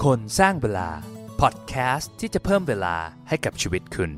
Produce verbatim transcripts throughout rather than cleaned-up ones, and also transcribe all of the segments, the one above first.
คนสร้างเวลาพอดแคสต์ที่จะเพิ่มเวลาให้กับชีวิตคุณ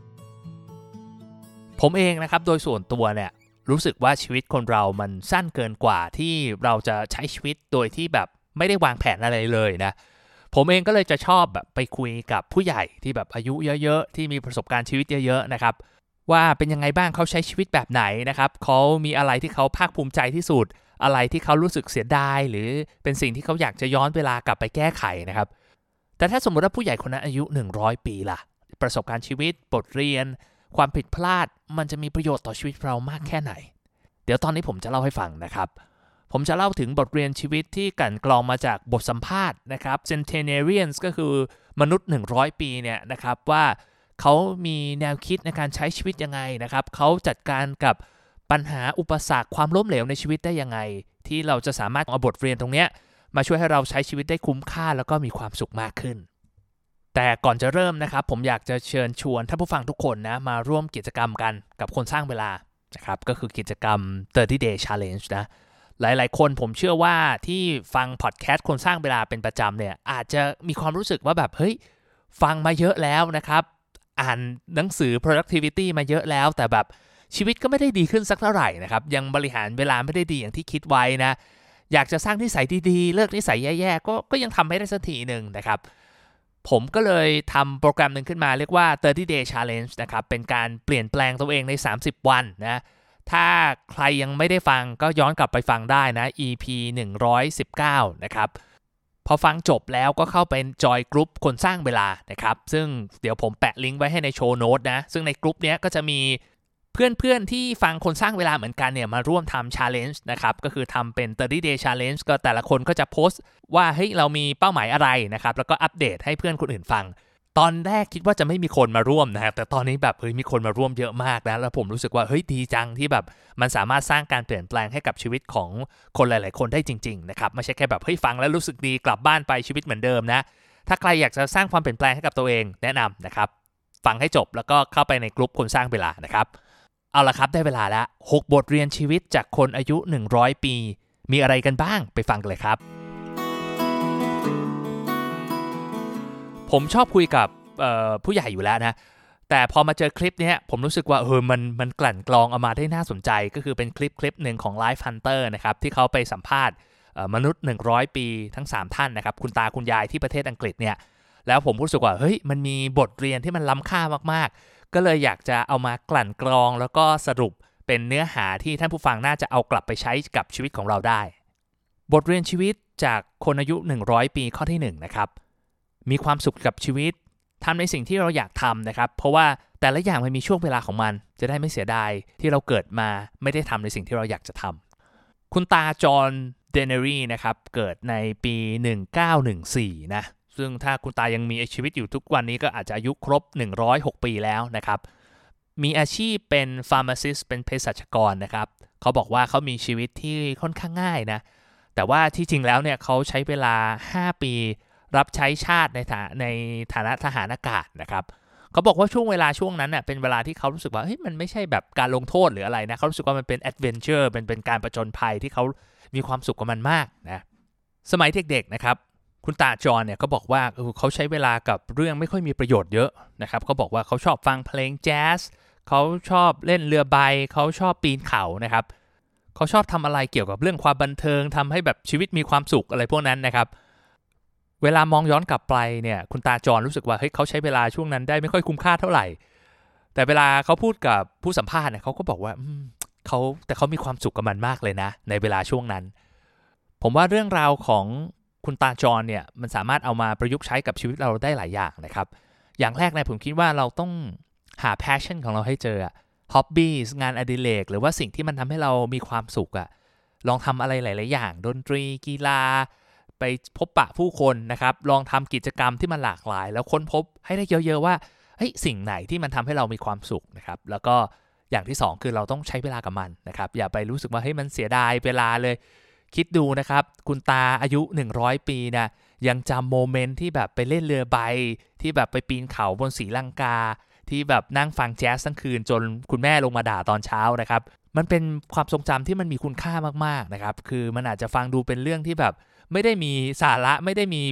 ผมเองนะครับโดยส่วนตัวเนี่ยรู้สึกว่าชีวิตคนเรามันสั้นเกินกว่าที่เราจะใช้ชีวิตโดยที่แบบไม่ได้วางแผนอะไรเลยนะผมเองก็เลยจะชอบแบบไปคุยกับผู้ใหญ่ที่แบบอายุเยอะๆที่มีประสบการณ์ชีวิตเยอะๆนะครับว่าเป็นยังไงบ้างเขาใช้ชีวิตแบบไหนนะครับเขามีอะไรที่เขาภาคภูมิใจที่สุดอะไรที่เขารู้สึกเสียดายหรือเป็นสิ่งที่เขาอยากจะย้อนเวลากลับไปแก้ไขนะครับแต่ถ้าสมมติว่าผู้ใหญ่คนนั้นอายุหนึ่งร้อยปีล่ะประสบการณ์ชีวิตบทเรียนความผิดพลาดมันจะมีประโยชน์ต่อชีวิตเรามากแค่ไหนเดี๋ยวตอนนี้ผมจะเล่าให้ฟังนะครับผมจะเล่าถึงบทเรียนชีวิตที่กลั่นกรองมาจากบทสัมภาษณ์นะครับ Centenarians ก็คือมนุษย์หนึ่งร้อยปีเนี่ยนะครับว่าเขามีแนวคิดในการใช้ชีวิตยังไงนะครับเขาจัดการกับปัญหาอุปสรรคความล้มเหลวในชีวิตได้ยังไงที่เราจะสามารถเอาบทเรียนตรงนี้มาช่วยให้เราใช้ชีวิตได้คุ้มค่าแล้วก็มีความสุขมากขึ้นแต่ก่อนจะเริ่มนะครับผมอยากจะเชิญชวนท่านผู้ฟังทุกคนนะมาร่วมกิจกรรมกันกับคนสร้างเวลานะครับก็คือกิจกรรมthirty day challenge นะหลายๆคนผมเชื่อว่าที่ฟังพอดแคสต์คนสร้างเวลาเป็นประจำเนี่ยอาจจะมีความรู้สึกว่าแบบเฮ้ยฟังมาเยอะแล้วนะครับอ่านหนังสือ productivity มาเยอะแล้วแต่แบบชีวิตก็ไม่ได้ดีขึ้นสักเท่าไหร่นะครับยังบริหารเวลาไม่ได้ดีอย่างที่คิดไว้นะอยากจะสร้างนิสัยดีๆเลิกนิสัยแย่ๆก็ก็ยังทำไม่ได้สักทีนึงนะครับผมก็เลยทำโปรแกรมหนึ่งขึ้นมาเรียกว่าthirty day challenge นะครับเป็นการเปลี่ยนแปลงตัวเองในสามสิบวันนะถ้าใครยังไม่ได้ฟังก็ย้อนกลับไปฟังได้นะ อี พี หนึ่งร้อยสิบเก้านะครับพอฟังจบแล้วก็เข้าไปจอยกลุ่มคนสร้างเวลานะครับซึ่งเดี๋ยวผมแปะลิงก์ไว้ให้ในโชว์โน้ตนะซึ่งในกลุ่มนี้ก็จะมีเพื่อนๆที่ฟังคนสร้างเวลาเหมือนกันเนี่ยมาร่วมทำ challenge นะครับก็คือทำเป็นthirty day challenge ก็แต่ละคนก็จะโพสต์ว่าเฮ้ยเรามีเป้าหมายอะไรนะครับแล้วก็อัปเดตให้เพื่อนคนอื่นฟังตอนแรกคิดว่าจะไม่มีคนมาร่วมนะครับแต่ตอนนี้แบบเฮ้ยมีคนมาร่วมเยอะมากนะแล้วผมรู้สึกว่าเฮ้ยดีจังที่แบบมันสามารถสร้างการเปลี่ยนแปลงให้กับชีวิตของคนหลายๆคนได้จริงๆนะครับไม่ใช่แค่แบบเฮ้ยฟังแล้วรู้สึกดีกลับบ้านไปชีวิตเหมือนเดิมนะถ้าใครอยากจะสร้างความเปลี่ยนแปลงให้กับตัวเองแนะนำนะครับฟังให้จบแล้วก็เข้าไปในกลุ่มคนสร้างเวลานะครับเอาละครับได้เวลาแล้วหกบทเรียนชีวิตจากคนอายุหนึ่งร้อยปีมีอะไรกันบ้างไปฟังกันเลยครับผมชอบคุยกับผู้ใหญ่อยู่แล้วนะแต่พอมาเจอคลิปนี้ผมรู้สึกว่าเออมันมันกลั่นกรองออกมาได้น่าสนใจก็คือเป็นคลิปคลิปหนึ่งของ Life Hunter นะครับที่เขาไปสัมภาษณ์มนุษย์หนึ่งร้อยปีทั้งสามท่านนะครับคุณตาคุณยายที่ประเทศอังกฤษเนี่ยแล้วผมรู้สึกว่าเฮ้ยมันมีบทเรียนที่มันล้ำค่ามากๆก็เลยอยากจะเอามากลั่นกรองแล้วก็สรุปเป็นเนื้อหาที่ท่านผู้ฟังน่าจะเอากลับไปใช้กับชีวิตของเราได้บทเรียนชีวิตจากคนอายุหนึ่งร้อยปีข้อที่หนึ่งนะครับมีความสุขกับชีวิตทำในสิ่งที่เราอยากทำนะครับเพราะว่าแต่ละอย่างมันมีช่วงเวลาของมันจะได้ไม่เสียดายที่เราเกิดมาไม่ได้ทำในสิ่งที่เราอยากจะทำคุณตาจอห์นเดเนรีนะครับเกิดในปีหนึ่งเก้าหนึ่งสี่นะซึ่งถ้าคุณตายังมีชีวิตอยู่ทุกวันนี้ก็อาจจะอายุครบหนึ่งร้อยหกปีแล้วนะครับมีอาชีพเป็น pharmacist เป็นเภสัชกรนะครับเขาบอกว่าเขามีชีวิตที่ค่อนข้างง่ายนะแต่ว่าที่จริงแล้วเนี่ยเขาใช้เวลาห้าปีรับใช้ชาติในฐาในฐานะทหารอากาศนะครับเขาบอกว่าช่วงเวลาช่วงนั้นเน่ยเป็นเวลาที่เขารู้สึกว่าเฮ้ยมันไม่ใช่แบบการลงโทษหรืออะไรนะเขารู้สึกว่ามันเป็นแอดเวนเจอร์เป็นเป็นการประจนภัยที่เขามีความสุขกับมันมากนะสมัยเด็กๆนะครับคุณตาจอห์นเนี่ยก็บอกว่าเขาใช้เวลากับเรื่องไม่ค่อยมีประโยชน์เยอะนะครับเขาบอกว่าเขาชอบฟังเพลงแจ๊สเขาชอบเล่นเรือใบเขาชอบปีนเขานะครับเขาชอบทำอะไรเกี่ยวกับเรื่องความบันเทิงทำให้แบบชีวิตมีความสุขอะไรพวกนั้นนะครับเวลามองย้อนกลับไปเนี่ยคุณตาจอห์นรู้สึกว่าเฮ้ยเขาใช้เวลาช่วงนั้นได้ไม่ค่อยคุ้มค่าเท่าไหร่แต่เวลาเขาพูดกับผู้สัมภาษณ์เนี่ยเขาก็บอกว่าเขาแต่เขามีความสุขกับมันมากเลยนะในเวลาช่วงนั้นผมว่าเรื่องราวของคุณตาจอห์นเนี่ยมันสามารถเอามาประยุกต์ใช้กับชีวิตเราได้หลายอย่างนะครับอย่างแรกเนี่ยผมคิดว่าเราต้องหา passion ของเราให้เจอ hobbies งานอดิเรกหรือว่าสิ่งที่มันทำให้เรามีความสุขอะลองทำอะไรหลายๆอย่างดนตรีกีฬาไปพบปะผู้คนนะครับลองทำกิจกรรมที่มันหลากหลายแล้วค้นพบให้ได้เยอะๆว่าเฮ้ยสิ่งไหนที่มันทำให้เรามีความสุขนะครับแล้วก็อย่างที่สองคือเราต้องใช้เวลากับมันนะครับอย่าไปรู้สึกว่าเฮ้ยมันเสียดายเวลาเลยคิดดูนะครับคุณตาอายุหนึ่งร้อยปีนะยังจำโมเมนต์ที่แบบไปเล่นเรือใบที่แบบไปปีนเขาบนศรีลังกาที่แบบนั่งฟังแจ๊สทั้งคืนจนคุณแม่ลงมาด่าตอนเช้านะครับมันเป็นความทรงจำที่มันมีคุณค่ามากๆนะครับคือมันอาจจะฟังดูเป็นเรื่องที่แบบไม่ได้มีสาระไม่ได้มี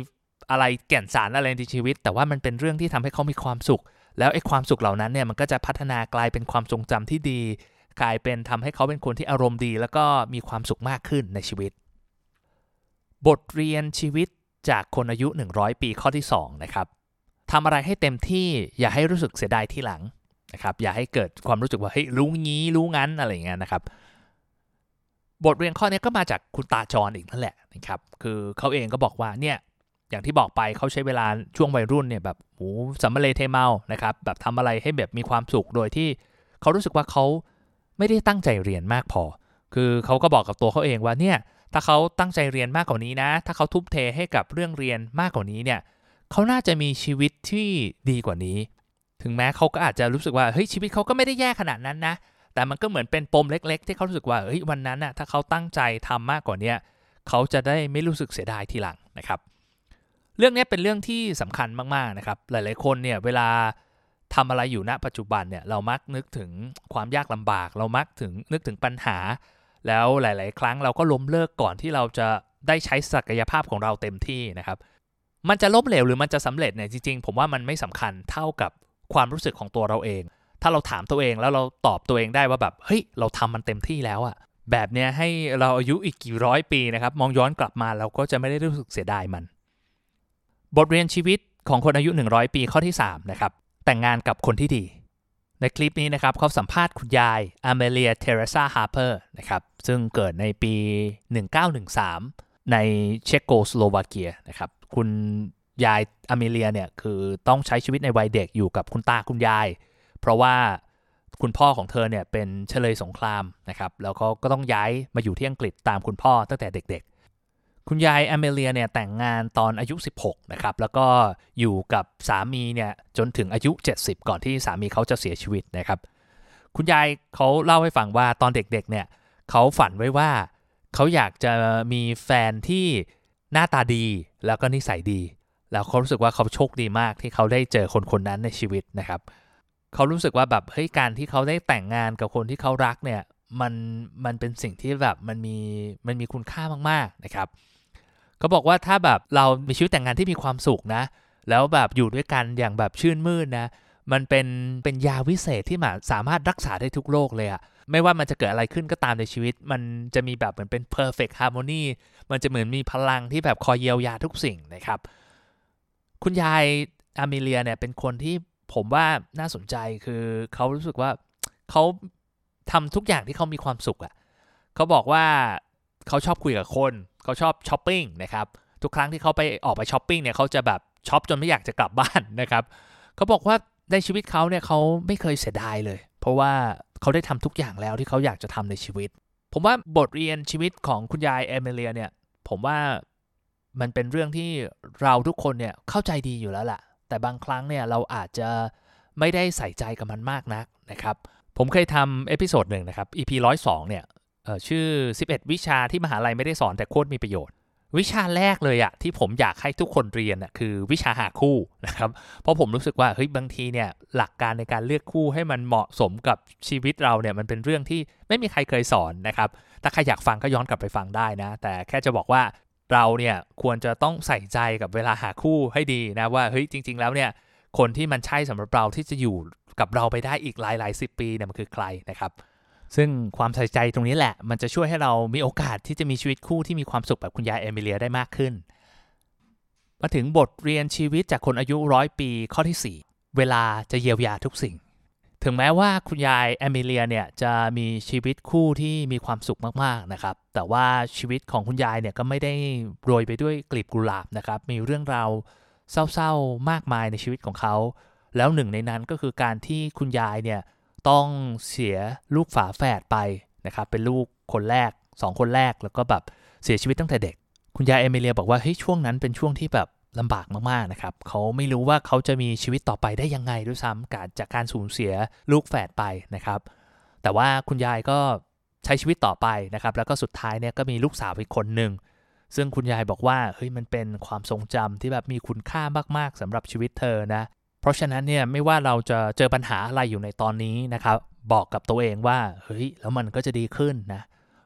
อะไรแก่นสารอะไรในชีวิตแต่ว่ามันเป็นเรื่องที่ทำให้เขามีความสุขแล้วไอ้ความสุขเหล่านั้นเนี่ยมันก็จะพัฒนากลายเป็นความทรงจำที่ดีกลายเป็นทำให้เขาเป็นคนที่อารมณ์ดีแล้วก็มีความสุขมากขึ้นในชีวิตบทเรียนชีวิตจากคนอายุหนึ่งร้อยปีข้อที่สองนะครับทำอะไรให้เต็มที่อย่าให้รู้สึกเสียดายทีหลังนะครับอย่าให้เกิดความรู้สึกว่าเฮ้ยรู้งี้รู้งั้นอะไรอย่างเงี้ยนะครับบทเรียนข้อนี้ก็มาจากคุณตาจรอีกนั่นแหละนะครับคือเขาเองก็บอกว่าเนี่ยอย่างที่บอกไปเขาใช้เวลาช่วงวัยรุ่นเนี่ยแบบโหสัมมาเลเทเมานะครับแบบทำอะไรให้แบบมีความสุขโดยที่เขารู้สึกว่าเขาไม่ได้ตั้งใจเรียนมากพอคือเขาก็บอกกับตัวเขาเองว่าเนี่ยถ้าเขาตั้งใจเรียนมากกว่านี้นะถ้าเขาทุ่มเทให้กับเรื่องเรียนมากกว่านี้เนี่ยเขาน่าจะมีชีวิตที่ดีกว่านี้ถึงแม้เขาก็อาจจะรู้สึกว่าเฮ้ยชีวิตเขาก็ไม่ได้แย่ขนาดนั้นนะแต่มันก็เหมือนเป็นปมเล็กๆที่เขารู้สึกว่าเฮ้ยวันนั้นน่ะถ้าเขาตั้งใจทำมากกว่านี้เขาจะได้ไม่รู้สึกเสียดายทีหลังนะครับเรื่องนี้เป็นเรื่องที่สำคัญมากๆนะครับหลายๆคนเนี่ยเวลาทำอะไรอยู่ณปัจจุบันเนี่ยเรามักนึกถึงความยากลำบากเรามักถึงนึกถึงปัญหาแล้วหลายๆครั้งเราก็ล้มเลิกก่อนที่เราจะได้ใช้ศักยภาพของเราเต็มที่นะครับมันจะล้มเหลวหรือมันจะสำเร็จเนี่ยจริงๆผมว่ามันไม่สำคัญเท่ากับความรู้สึกของตัวเราเองถ้าเราถามตัวเองแล้วเราตอบตัวเองได้ว่าแบบเฮ้ยเราทำมันเต็มที่แล้วอะแบบเนี้ยให้เราอายุอีกกี่ร้อยปีนะครับมองย้อนกลับมาเราก็จะไม่ได้รู้สึกเสียดายมันบทเรียนชีวิตของคนอายุหนึ่งร้อยปีข้อที่สามนะครับแต่งงานกับคนที่ดีในคลิปนี้นะครับเขาสัมภาษณ์คุณยายอเมเลียเทเรซาฮาร์เปอร์นะครับซึ่งเกิดในปีหนึ่งเก้าหนึ่งสามในเชโกสโลวาเกียนะครับคุณยายอเมเลียเนี่ยคือต้องใช้ชีวิตในวัยเด็กอยู่กับคุณตาคุณยายเพราะว่าคุณพ่อของเธอเนี่ยเป็นเฉลยสงครามนะครับแล้วก็ก็ต้องย้ายมาอยู่ที่อังกฤษตามคุณพ่อตั้งแต่เด็กๆคุณยายอเมเลียเนี่ยแต่งงานตอนอายุสิบหกนะครับแล้วก็อยู่กับสามีเนี่ยจนถึงอายุเจ็ดสิบก่อนที่สามีเขาจะเสียชีวิตนะครับคุณยายเขาเล่าให้ฟังว่าตอนเด็กๆเนี่ยเขาฝันไว้ว่าเขาอยากจะมีแฟนที่หน้าตาดีแล้วก็นิสัยดีแล้วเขารู้สึกว่าเขาโชคดีมากที่เขาได้เจอคนคนนั้นในชีวิตนะครับเขารู้สึกว่าแบบเฮ้ยการที่เขาได้แต่งงานกับคนที่เขารักเนี่ยมันมันเป็นสิ่งที่แบบมันมีมันมีคุณค่ามากๆนะครับเขาบอกว่าถ้าแบบเรามีชีวิตแต่งงานที่มีความสุขนะแล้วแบบอยู่ด้วยกันอย่างแบบชื่นมื่นนะมันเป็นเป็นยาวิเศษที่มาสามารถรักษาได้ทุกโรคเลยอะไม่ว่ามันจะเกิดอะไรขึ้นก็ตามในชีวิตมันจะมีแบบเหมือนเป็น perfect harmony มันจะเหมือนมีพลังที่แบบคอยเยียวยาทุกสิ่งนะครับคุณยายอเมเลียเนี่ยเป็นคนที่ผมว่าน่าสนใจคือเขารู้สึกว่าเขาทำทุกอย่างที่เขามีความสุขอ่ะเขาบอกว่าเขาชอบคุยกับคนเขาชอบช้อปปิ้งนะครับทุกครั้งที่เขาไปออกไปช้อปปิ้งเนี่ยเขาจะแบบช็อปจนไม่อยากจะกลับบ้านนะครับเขาบอกว่าในชีวิตเขาเนี่ยเขาไม่เคยเสียดายเลยเพราะว่าเขาได้ทำทุกอย่างแล้วที่เขาอยากจะทำในชีวิตผมว่าบทเรียนชีวิตของคุณยายเอเมเลียเนี่ยผมว่ามันเป็นเรื่องที่เราทุกคนเนี่ยเข้าใจดีอยู่แล้วล่ะแต่บางครั้งเนี่ยเราอาจจะไม่ได้ใส่ใจกับมันมากนักนะครับผมเคยทำเอพิโซดหนึ่งนะครับ อี พี หนึ่งร้อยสองเนี่ยเอ่อชื่อสิบเอ็ดวิชาที่มหาลัยไม่ได้สอนแต่โคตรมีประโยชน์วิชาแรกเลยอะที่ผมอยากให้ทุกคนเรียนอะคือวิชาหาคู่นะครับเพราะผมรู้สึกว่าเฮ้ยบางทีเนี่ยหลักการในการเลือกคู่ให้มันเหมาะสมกับชีวิตเราเนี่ยมันเป็นเรื่องที่ไม่มีใครเคยสอนนะครับถ้าใครอยากฟังก็ย้อนกลับไปฟังได้นะแต่แค่จะบอกว่าเราเนี่ยควรจะต้องใส่ใจกับเวลาหาคู่ให้ดีนะว่าเฮ้ยจริงๆแล้วเนี่ยคนที่มันใช่สำหรับเราที่จะอยู่กับเราไปได้อีกหลายๆสิบปีเนี่ยมันคือใครนะครับซึ่งความใส่ใจตรงนี้แหละมันจะช่วยให้เรามีโอกาสที่จะมีชีวิตคู่ที่มีความสุขแบบคุณยายเอมิเลียได้มากขึ้นมาถึงบทเรียนชีวิตจากคนอายุร้อยปีข้อที่สี่เวลาจะเยียวยาทุกสิ่งถึงแม้ว่าคุณยายเอมิเลียเนี่ยจะมีชีวิตคู่ที่มีความสุขมากๆนะครับแต่ว่าชีวิตของคุณยายเนี่ยก็ไม่ได้โรยไปด้วยกลีบกุหลาบนะครับมีเรื่องราวเศร้าๆมากมายในชีวิตของเขาแล้วหนึ่งในนั้นก็คือการที่คุณยายเนี่ยต้องเสียลูกฝาแฝดไปนะครับเป็นลูกคนแรกสองคนแรกแล้วก็แบบเสียชีวิตตั้งแต่เด็กคุณยายเอมิเลียบอกว่าเฮ้ยช่วงนั้นเป็นช่วงที่แบบลำบากมากๆนะครับเขาไม่รู้ว่าเขาจะมีชีวิตต่อไปได้ยังไงด้วยซ้ำการจากการสูญเสียลูกแฝดไปนะครับแต่ว่าคุณยายก็ใช้ชีวิตต่อไปนะครับแล้วก็สุดท้ายเนี่ยก็มีลูกสาวอีกคนหนึ่งซึ่งคุณยายบอกว่าเฮ้ยมันเป็นความทรงจำที่แบบมีคุณค่ามากๆสำหรับชีวิตเธอนะเพราะฉะนั้นเนี่ยไม่ว่าเราจะเจอปัญหาอะไรอยู่ในตอนนี้นะครับบอกกับตัวเองว่าเฮ้ยแล้วมันก็จะดีขึ้นนะ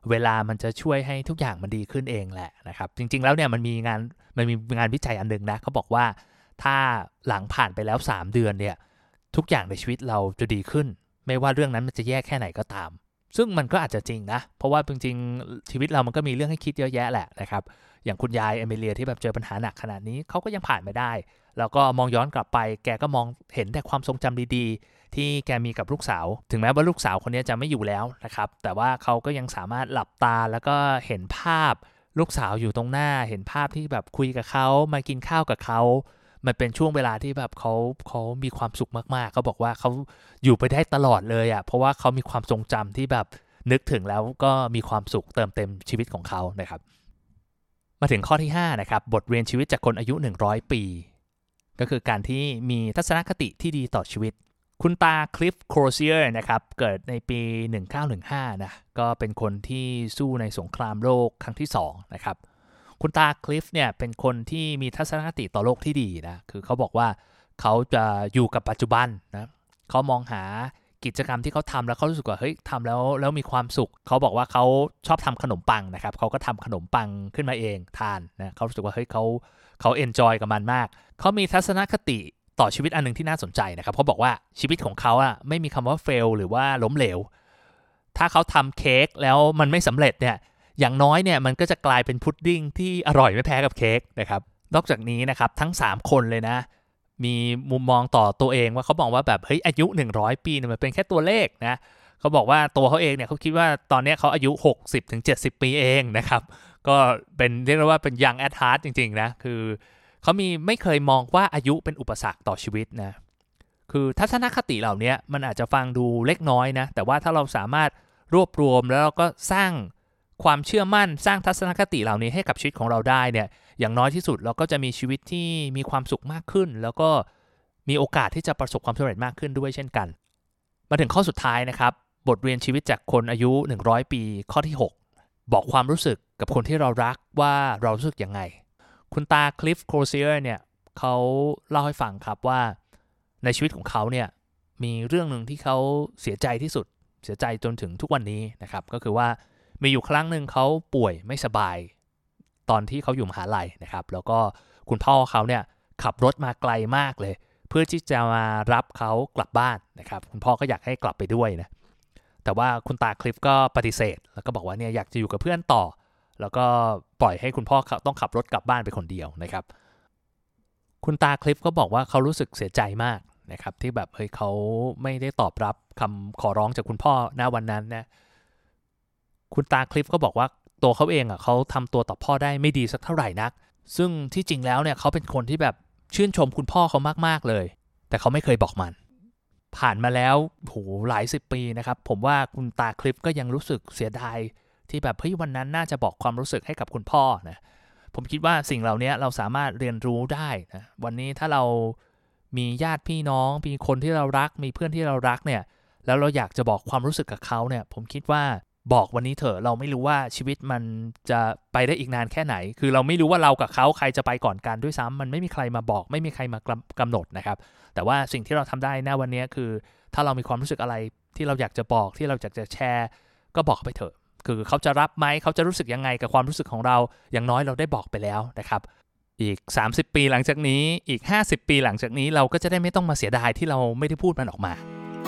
เวลามันจะช่วยให้ทุกอย่างมันดีขึ้นเองแหละนะครับจริงๆแล้วเนี่ยมันมีงานมันมีงานวิจัยอันนึงนะเขาบอกว่าถ้าหลังผ่านไปแล้วสามเดือนเนี่ยทุกอย่างในชีวิตเราจะดีขึ้นไม่ว่าเรื่องนั้นมันจะแย่แค่ไหนก็ตามซึ่งมันก็อาจจะจริงนะเพราะว่าจริงๆชีวิตเรามันก็มีเรื่องให้คิดเยอะแยะแหละนะครับอย่างคุณยายเอมิเลียที่แบบเจอปัญหาหนักขนาดนี้เขาก็ยังผ่านมาได้แล้วก็มองย้อนกลับไปแกก็มองเห็นแต่ความทรงจำดีๆที่แกมีกับลูกสาวถึงแม้ว่าลูกสาวคนนี้จะไม่อยู่แล้วนะครับแต่ว่าเขาก็ยังสามารถหลับตาแล้วก็เห็นภาพลูกสาวอยู่ตรงหน้าเห็นภาพที่แบบคุยกับเขามากินข้าวกับเขามันเป็นช่วงเวลาที่แบบเขาเขามีความสุขมากๆเขาบอกว่าเขาอยู่ไปได้ตลอดเลยอ่ะเพราะว่าเขามีความทรงจำที่แบบนึกถึงแล้วก็มีความสุขเติมเต็มชีวิตของเขานะครับมาถึงข้อที่ห้านะครับบทเรียนชีวิตจากคนอายุหนึ่งร้อยปีก็คือการที่มีทัศนคติที่ดีต่อชีวิตคุณตาคลิฟ โครเซียร์นะครับเกิดในปีหนึ่งเก้าหนึ่งห้านะก็เป็นคนที่สู้ในสงครามโลกครั้งที่สองนะครับคุณตาคลิฟเนี่ยเป็นคนที่มีทัศนคติต่อโลกที่ดีนะคือเขาบอกว่าเขาจะอยู่กับปัจจุบันนะเขามองหากิจกรรมที่เขาทำแล้วเขารู้สึกว่าเฮ้ยทำแล้วแล้วมีความสุขเขาบอกว่าเขาชอบทำขนมปังนะครับเขาก็ทำขนมปังขึ้นมาเองทานนะเขารู้สึกว่าเฮ้ยเขาเขาเอนจอยกับมันมากเขามีทัศนคติต่อชีวิตอันนึงที่น่าสนใจนะครับเขาบอกว่าชีวิตของเขาอะไม่มีคำว่า fail หรือว่าล้มเหลวถ้าเขาทำเค้กแล้วมันไม่สำเร็จเนี่ยอย่างน้อยเนี่ยมันก็จะกลายเป็นพุดดิ้งที่อร่อยไม่แพ้กับเค้กนะครับนอกจากนี้นะครับทั้งสามคนเลยนะมีมุมมองต่อตัวเองว่าเขาบอกว่าแบบเฮ้ยอายุหนึ่งร้อยปีเนี่ยมันเป็นแค่ตัวเลขนะเขาบอกว่าตัวเขาเองเนี่ยเขาคิดว่าตอนนี้เขาอายุ หกสิบถึงเจ็ดสิบ ปีเองนะครับก็เป็นเรียกได้ว่าเป็น young at heart จริงๆนะคือเขามีไม่เคยมองว่าอายุเป็นอุปสรรคต่อชีวิตนะคือทัศนคติเหล่านี้มันอาจจะฟังดูเล็กน้อยนะแต่ว่าถ้าเราสามารถรวบรวมแล้วเราก็สร้างความเชื่อมั่นสร้างทัศนคติเหล่านี้ให้กับชีวิตของเราได้เนี่ยอย่างน้อยที่สุดเราก็จะมีชีวิตที่มีความสุขมากขึ้นแล้วก็มีโอกาสที่จะประสบความสำเร็จมากขึ้นด้วยเช่นกันมาถึงข้อสุดท้ายนะครับบทเรียนชีวิตจากคนอายุหนึ่งร้อยปีข้อที่หกบอกความรู้สึกกับคนที่เรารักว่าเรารู้สึกยังไงคุณตาคลิฟ โครเซียร์เนี่ยเขาเล่าให้ฟังครับว่าในชีวิตของเขาเนี่ยมีเรื่องนึงที่เขาเสียใจที่สุดเสียใจจนถึงทุกวันนี้นะครับก็คือว่ามีอยู่ครั้งหนึ่งเขาป่วยไม่สบายตอนที่เขาอยู่มหาลัยนะครับแล้วก็คุณพ่อเขาเนี่ยขับรถมาไกลมากเลยเพื่อที่จะมารับเขากลับบ้านนะครับคุณพ่อก็อยากให้กลับไปด้วยนะแต่ว่าคุณตาคลิฟก็ปฏิเสธแล้วก็บอกว่าเนี่ยอยากจะอยู่กับเพื่อนต่อแล้วก็ปล่อยให้คุณพ่อต้องขับรถกลับบ้านไปคนเดียวนะครับคุณตาคลิฟก็บอกว่าเขารู้สึกเสียใจมากนะครับที่แบบเฮ้ยเขาไม่ได้ตอบรับคำขอร้องจากคุณพ่อณวันนั้นนะคุณตาคลิฟก็บอกว่าตัวเขาเองอ่ะเขาทำตัวต่อพ่อได้ไม่ดีสักเท่าไหร่นักซึ่งที่จริงแล้วเนี่ยเขาเป็นคนที่แบบชื่นชมคุณพ่อเขามากๆเลยแต่เขาไม่เคยบอกมันผ่านมาแล้วโหหลายสิบปีนะครับผมว่าคุณตาคลิฟก็ยังรู้สึกเสียดายที่แบบเฮ้ยวันนั้นน่าจะบอกความรู้สึกให้กับคุณพ่อนะผมคิดว่าสิ่งเหล่านี้เราสามารถเรียนรู้ได้นะวันนี้ถ้าเรามีญาติพี่น้องมีคนที่เรารักมีเพื่อนที่เรารักเนี่ยแล้วเราอยากจะบอกความรู้สึกกับเขาเนี่ยผมคิดว่าบอกวันนี้เถอะเราไม่รู้ว่าชีวิตมันจะไปได้อีกนานแค่ไหนคือเราไม่รู้ว่าเรากับเขาใครจะไปก่อนกันด้วยซ้ำมันไม่มีใครมาบอกไม่มีใครมากำหนดนะครับแต่ว่าสิ่งที่เราทำได้ณวันนี้คือถ้าเรามีความรู้สึกอะไรที่เราอยากจะบอกที่เราอยากจะแชร์ก็บอกไปเถอะคือเขาจะรับไหมเขาจะรู้สึกยังไงกับความรู้สึกของเราอย่างน้อยเราได้บอกไปแล้วนะครับอีกสามสิบปีหลังจากนี้อีกห้าสิบปีหลังจากนี้เราก็จะได้ไม่ต้องมาเสียดายที่เราไม่ได้พูดมันออกมา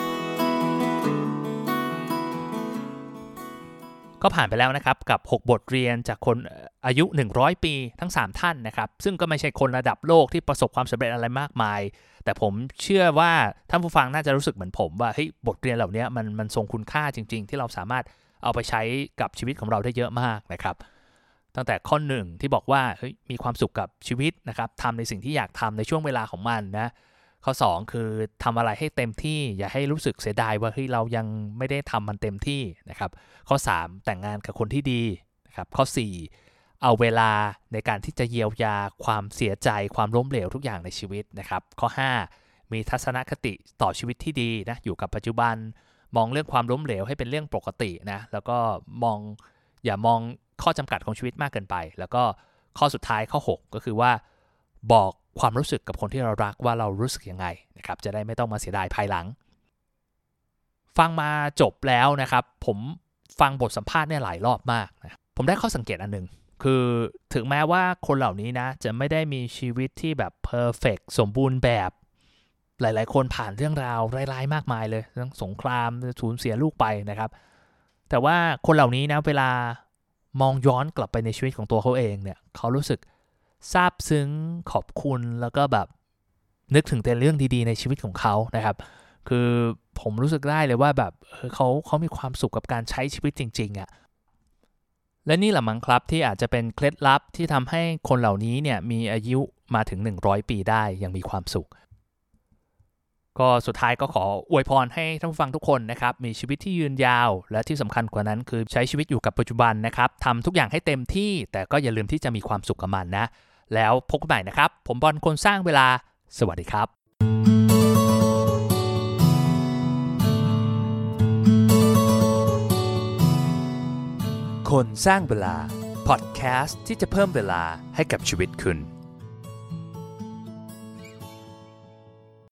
ก็ผ่านไปแล้วนะครับกับหกบทเรียนจากคนอายุหนึ่งร้อยปีทั้งสามท่านนะครับซึ่งก็ไม่ใช่คนระดับโลกที่ประสบความสำเร็จอะไรมากมายแต่ผมเชื่อว่าท่านผู้ฟังน่าจะรู้สึกเหมือนผมว่าเฮ้ยบทเรียนเหล่านี้มันมันทรงคุณค่าจริงๆที่เราสามารถเอาไปใช้กับชีวิตของเราได้เยอะมากนะครับตั้งแต่ข้อหนึ่งที่บอกว่าเฮ้ยมีความสุขกับชีวิตนะครับทำในสิ่งที่อยากทำในช่วงเวลาของมันนะข้อสองคือทำอะไรให้เต็มที่อย่าให้รู้สึกเสียดายว่าเฮ้ยเรายังไม่ได้ทำมันเต็มที่นะครับข้อสามแต่งงานกับคนที่ดีนะครับข้อสี่เอาเวลาในการที่จะเยียวยาความเสียใจความล้มเหลวทุกอย่างในชีวิตนะครับข้อห้ามีทัศนคติต่อชีวิตที่ดีนะอยู่กับปัจจุบันมองเรื่องความล้มเหลวให้เป็นเรื่องปกตินะแล้วก็มองอย่ามองข้อจำกัดของชีวิตมากเกินไปแล้วก็ข้อสุดท้ายข้อหกก็คือว่าบอกความรู้สึกกับคนที่เรารักว่าเรารู้สึกยังไงนะครับจะได้ไม่ต้องมาเสียดายภายหลังฟังมาจบแล้วนะครับผมฟังบทสัมภาษณ์เนี่ยหลายรอบมากนะผมได้ข้อสังเกตอันนึงคือถึงแม้ว่าคนเหล่านี้นะจะไม่ได้มีชีวิตที่แบบเพอร์เฟกต์สมบูรณ์แบบหลายๆคนผ่านเรื่องราวร้ายๆมากมายเลยทั้งสงครามสูญเสียลูกไปนะครับแต่ว่าคนเหล่านี้นะเวลามองย้อนกลับไปในชีวิตของตัวเขาเองเนี่ยเขารู้สึกซาบซึ้งขอบคุณแล้วก็แบบนึกถึงแต่เรื่องดีๆในชีวิตของเขานะครับคือผมรู้สึกได้เลยว่าแบบเขาเขามีความสุขกับการใช้ชีวิตจริงๆอ่ะและนี่แหละมั้งครับที่อาจจะเป็นเคล็ดลับที่ทำให้คนเหล่านี้เนี่ยมีอายุมาถึงหนึ่งร้อยปีได้อย่างมีความสุขก็สุดท้ายก็ขออวยพรให้ท่านผู้ฟังทุกคนนะครับมีชีวิตที่ยืนยาวและที่สำคัญกว่านั้นคือใช้ชีวิตอยู่กับปัจจุบันนะครับทำทุกอย่างให้เต็มที่แต่ก็อย่าลืมที่จะมีความสุขกับมันนะแล้วพบกันใหม่นะครับผมบอลคนสร้างเวลาสวัสดีครับคนสร้างเวลาพอดแคสต์ที่จะเพิ่มเวลาให้กับชีวิตคุณ